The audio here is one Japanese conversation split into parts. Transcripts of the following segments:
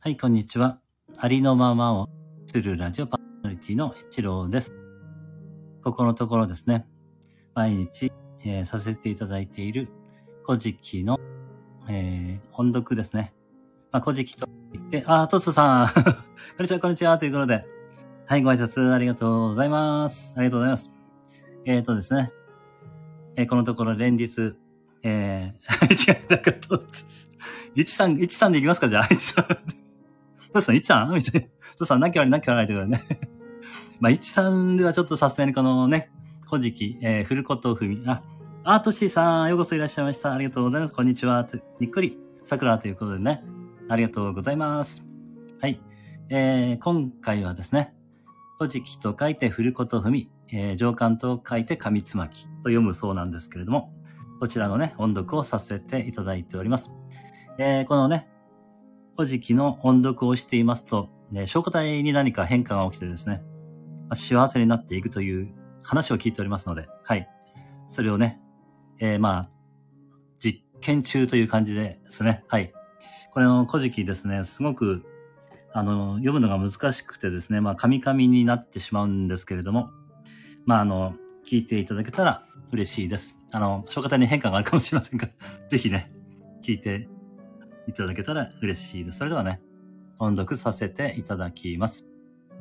はい、こんにちは。ありのままをするラジオパーソナリティの一郎です。ここのところですね、毎日、させていただいている古事記の、音読ですね。古事記と言って、トスさんこんにちは、こんにちは、ということで。はい、ご挨拶ありがとうございます。ありがとうございます。ですね、このところ連日、違う、なんかと、いちさんでいきますか、じゃあ、いちさん。トスさん、いちさんみたいな。トスさん、何キャラないということでね。いちさんではちょっとさすがにこのね、古事記、フルコトフミ、トシーさん、ようこそいらっしゃいました。ありがとうございます。こんにちは。にっくり、桜ということでね、ありがとうございます。はい。今回はですね、古事記と書いてフルコトフミ、上巻と書いて紙つまきと読むそうなんですけれども、こちらのね、音読をさせていただいております。このね、古事記の音読をしていますと、消化体に何か変化が起きてですね、幸せになっていくという話を聞いておりますので、はい。それをね、実験中という感じですね。はい。これの古事記ですね、すごく、読むのが難しくてですね、カミカミになってしまうんですけれども、聞いていただけたら嬉しいです。消化体に変化があるかもしれませんが、ぜひね、聞いていただけたら嬉しいです。それではね、音読させていただきます。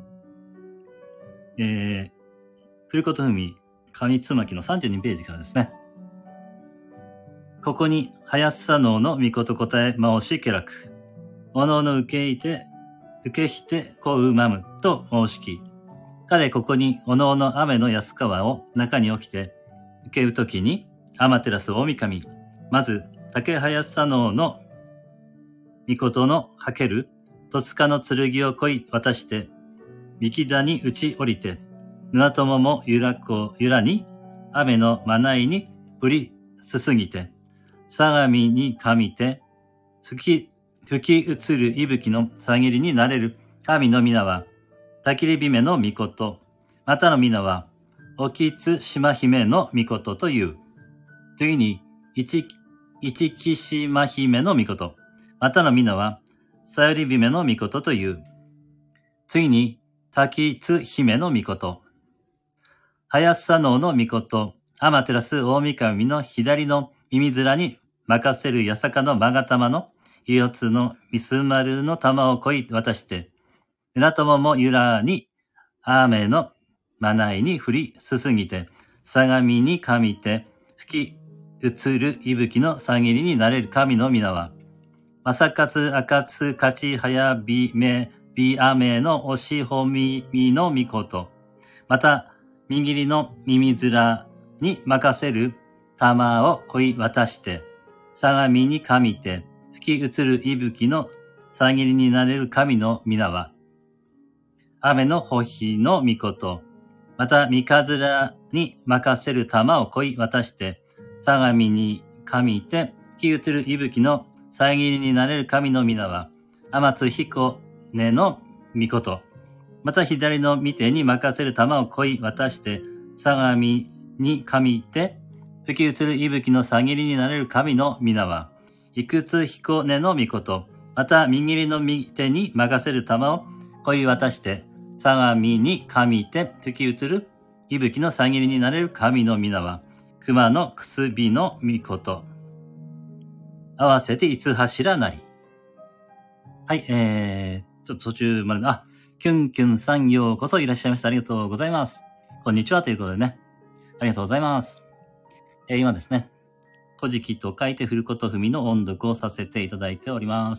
フルコトフミ、紙つまきの32ページからですね。ここに、林左脳の御事答え、回し家楽。おのおの受けひて、こうまむ、と申しき。彼ここに、おのおの雨の安川を中に起きて、受けるときに、天照大神。まず、竹林左脳の御事のはける、戸塚の剣をこい渡して、三木田に打ち降りて、布友もゆらに、雨のまないに降りすすぎて、相模にかみて、吹き移る息吹の遮りになれる神の皆は、たきり姫の御事、またの皆は、おきつ島姫の御事という。次に、一木島姫の御事、またの皆は、さより姫の御事という。次に、滝津姫の御事、林左脳の御事、天照大神の左の耳面に任せる八坂の勾玉の四つのミス丸の玉をこい渡して、布友もゆらに雨のまないに降りすすぎて、相模にかみて吹き移る息吹の遮りになれる神の皆は、正勝赤津勝ち早びめび雨の押しほみみの御事、また右りの耳面に任せる玉をこい渡して、相模にかみて吹き移る息吹の遮りになれる神の皆は、雨の保庇の御事、また三日面に任せる玉をこい渡して、相模にかみて吹き移る息吹の遮りになれる神の皆は、天津彦根の御事、また左の御手に任せる玉をこい渡して、相模にかみて吹き移る息吹の遮りになれる神の皆は、いくつ彦根の御事、また右の御手に任せる玉をこい渡して、相模にかみて吹き移る息吹の遮りになれる神の皆は、熊のくすびの御事、合わせて五柱なり。はい、ちょっと途中までキュンキュンさんようこそいらっしゃいました。ありがとうございます。こんにちはということでね。ありがとうございます。今ですね、古事記と書いてフルコトフミの音読をさせていただいております。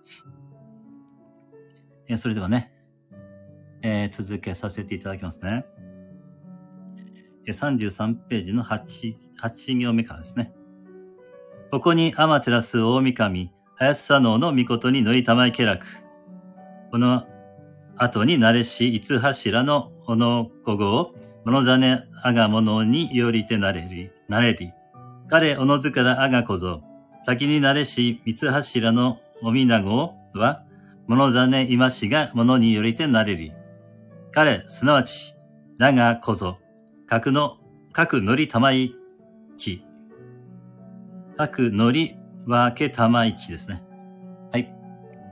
それではね、続けさせていただきますね。33ページの 8行目からですね。ここに天照大神、林左脳の御事に乗りたまい家楽。この後になれし五柱のおのこごを、物種あがものによりてなれり。彼おのずからあがこぞ。先になれし三柱のおみなごは、物種今しがものによりてなれり。彼、すなわち、だがこぞ。各のりたまいき。各のりわけたまいきですね。はい。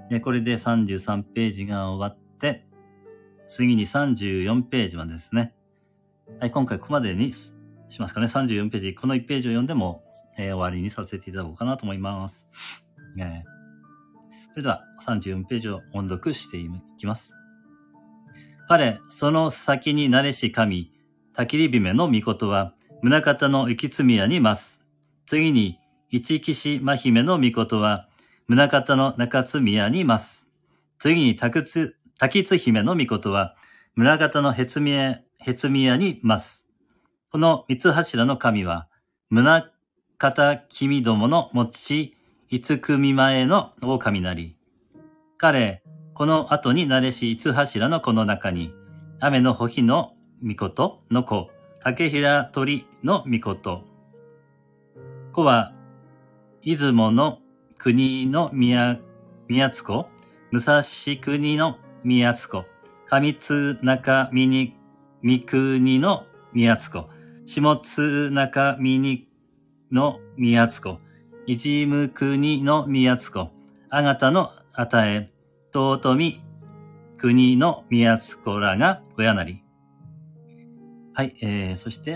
これで33ページが終わって、次に34ページまでですね。はい、今回ここまでにしますかね。34ページ、この1ページを読んでも、終わりにさせていただこうかなと思います。それでは34ページを音読していきます。彼、その先になれし神、たきりびめの御事は、宗方の行津宮にます。次に、一岸真姫の御事は、宗方の中津宮にます。次に、滝津姫の御事は、宗方のへつ宮にます。この三つ柱の神は、宗方君どもの持ち、五組前の狼なり。彼、この後になれし五柱のこの中に、雨の穂日の御事の子、竹平鳥の御事。子は、出雲の国の宮津子、武蔵国の宮津子、上津中見国の宮津子、下津中見の宮津子、一無国の宮津子、あがたのあたえ、尊み国の宮津子らが親なり。はい、そして、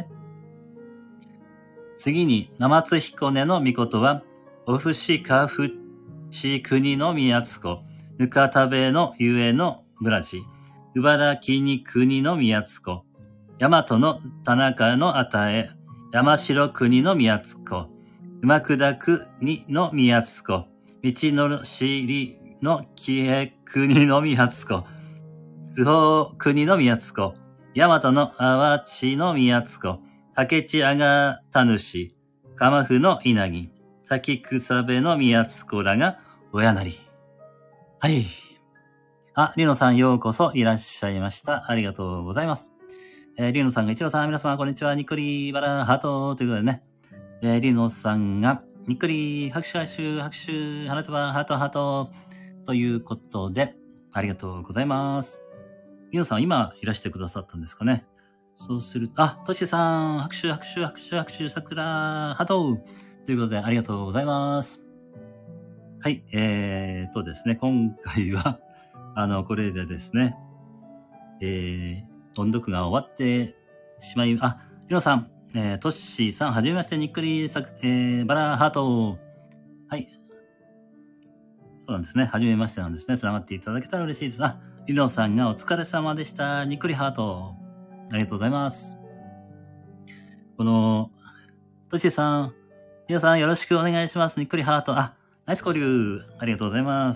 次に、生津彦根の御事は、おふしかふち国の宮津子、ぬかたべのゆえの村地、うばらきに国の宮津子、大和の田中のあたえ、山城国の宮津子、馬下国の宮津子、道のしりのきえ国の宮津子、津保国の宮津子、大和の淡地の宮津子、竹地あがたぬし、鎌府の稲城、咲草部の宮津子らが親なり。はい。りのさんようこそいらっしゃいました。ありがとうございます。りのさんが一郎さん、皆様こんにちは。にっくりバラハートということでね。りのさんがにっくり拍手拍手拍手花束ハートハートということで、ありがとうございます。りのさん今いらしてくださったんですかね。そうすると、としさん、拍手拍手拍手拍手桜ハートということでありがとうございます。はい、ですね、今回は、これでですね、音読が終わってしまい、りのさん、トッシーさん、はじめまして、にっくりバラハート。はい。そうなんですね。はじめましてなんですね。つながっていただけたら嬉しいです。りのさんがお疲れ様でした。にっくりハート。ありがとうございます。この、トッシーさん、皆さんよろしくお願いします。にっくりハート。ナイス交流。ありがとうございます。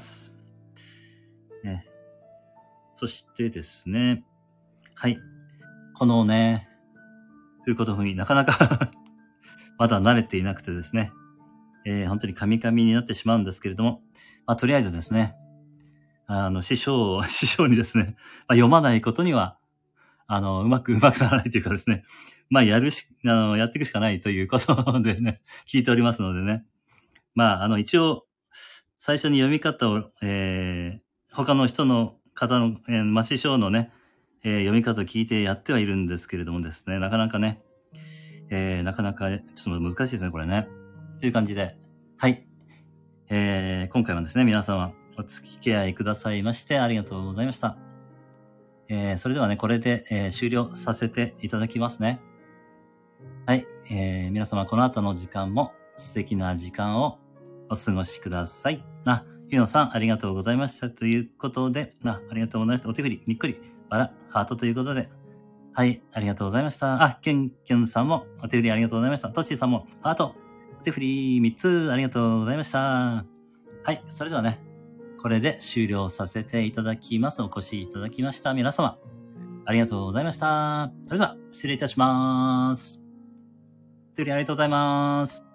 そしてですね。はい。このね、ということになかなかまだ慣れていなくてですね。本当にカミカミになってしまうんですけれども。とりあえずですね。師匠にですね、読まないことには、うまくならないというかですね。やっていくしかないということでね、聞いておりますのでね。一応、最初に読み方を、他の人の方の、師匠のね、読み方を聞いてやってはいるんですけれどもですね、なかなかね、ちょっと難しいですね、これね。という感じで、はい。今回はですね、皆様お付き合いくださいましてありがとうございました。それではね、これで、終了させていただきますね。はい。皆様この後の時間も素敵な時間をお過ごしください。ゆのさん、ありがとうございました。ということで、ありがとうございました。お手振り、にっくり、バラ、ハートということで、はい、ありがとうございました。キュンキュンさんもお手振りありがとうございました。トッチーさんもハート、お手振り3つありがとうございました。はい、それではね、これで終了させていただきます。お越しいただきました皆様、ありがとうございました。それでは、失礼いたします。お手振りありがとうございます。